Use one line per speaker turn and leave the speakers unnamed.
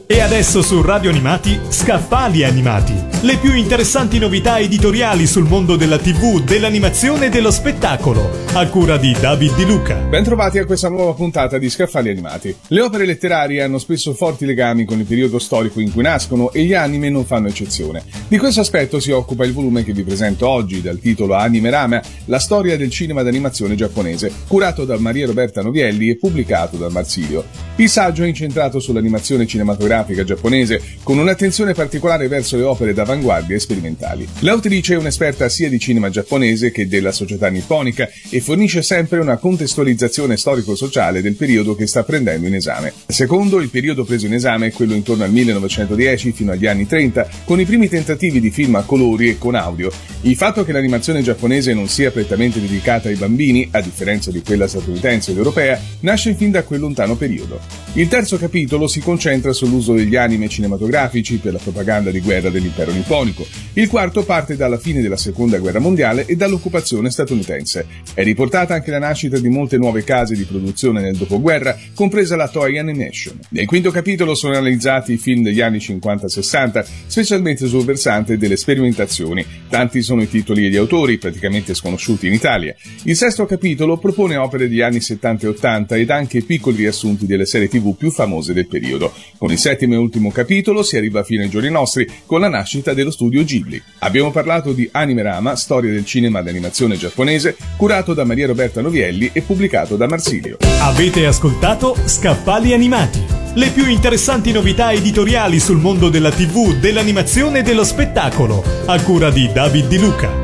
E adesso su Radio Animati, Scaffali Animati. Le più interessanti novità editoriali sul mondo della TV, dell'animazione e dello spettacolo, a cura di David Di Luca.
Bentrovati a questa nuova puntata di Scaffali Animati. Le opere letterarie hanno spesso forti legami con il periodo storico in cui nascono e gli anime non fanno eccezione. Di questo aspetto si occupa il volume che vi presento oggi, dal titolo Anime Rama, la storia del cinema d'animazione giapponese, curato da Maria Roberta Novielli e pubblicato da Marsilio. Il saggio è incentrato sull'animazione cinematografica giapponese, con un'attenzione particolare verso le opere d'avanguardia e sperimentali. L'autrice è un'esperta sia di cinema giapponese che della società nipponica e fornisce sempre una contestualizzazione storico-sociale del periodo che sta prendendo in esame. Secondo, il periodo preso in esame è quello intorno al 1910 fino agli anni 30, con i primi tentativi di film a colori e con audio. Il fatto che l'animazione giapponese non sia prettamente dedicata ai bambini, a differenza di quella statunitense ed europea, nasce fin da quel lontano periodo. Il terzo capitolo si concentra sull'uso degli anime cinematografici per la propaganda di guerra dell'impero nipponico. Il quarto parte dalla fine della seconda guerra mondiale e dall'occupazione statunitense. È riportata anche la nascita di molte nuove case di produzione nel dopoguerra, compresa la Toei Animation. Nel quinto capitolo sono analizzati i film degli anni 50-60, specialmente sul versante delle sperimentazioni. Tanti sono i titoli e gli autori, praticamente sconosciuti in Italia. Il sesto capitolo propone opere degli anni 70 e 80 ed anche piccoli riassunti delle serie TV più famose del periodo. Con il settimo e ultimo capitolo si arriva fino ai giorni nostri con la nascita dello studio Ghibli. Abbiamo parlato di Anime Rama, storia del cinema d'animazione giapponese, curato da Maria Roberta Novielli e pubblicato da Marsilio.
Avete ascoltato Scaffali Animati, le più interessanti novità editoriali sul mondo della TV, dell'animazione e dello spettacolo, a cura di David Di Luca.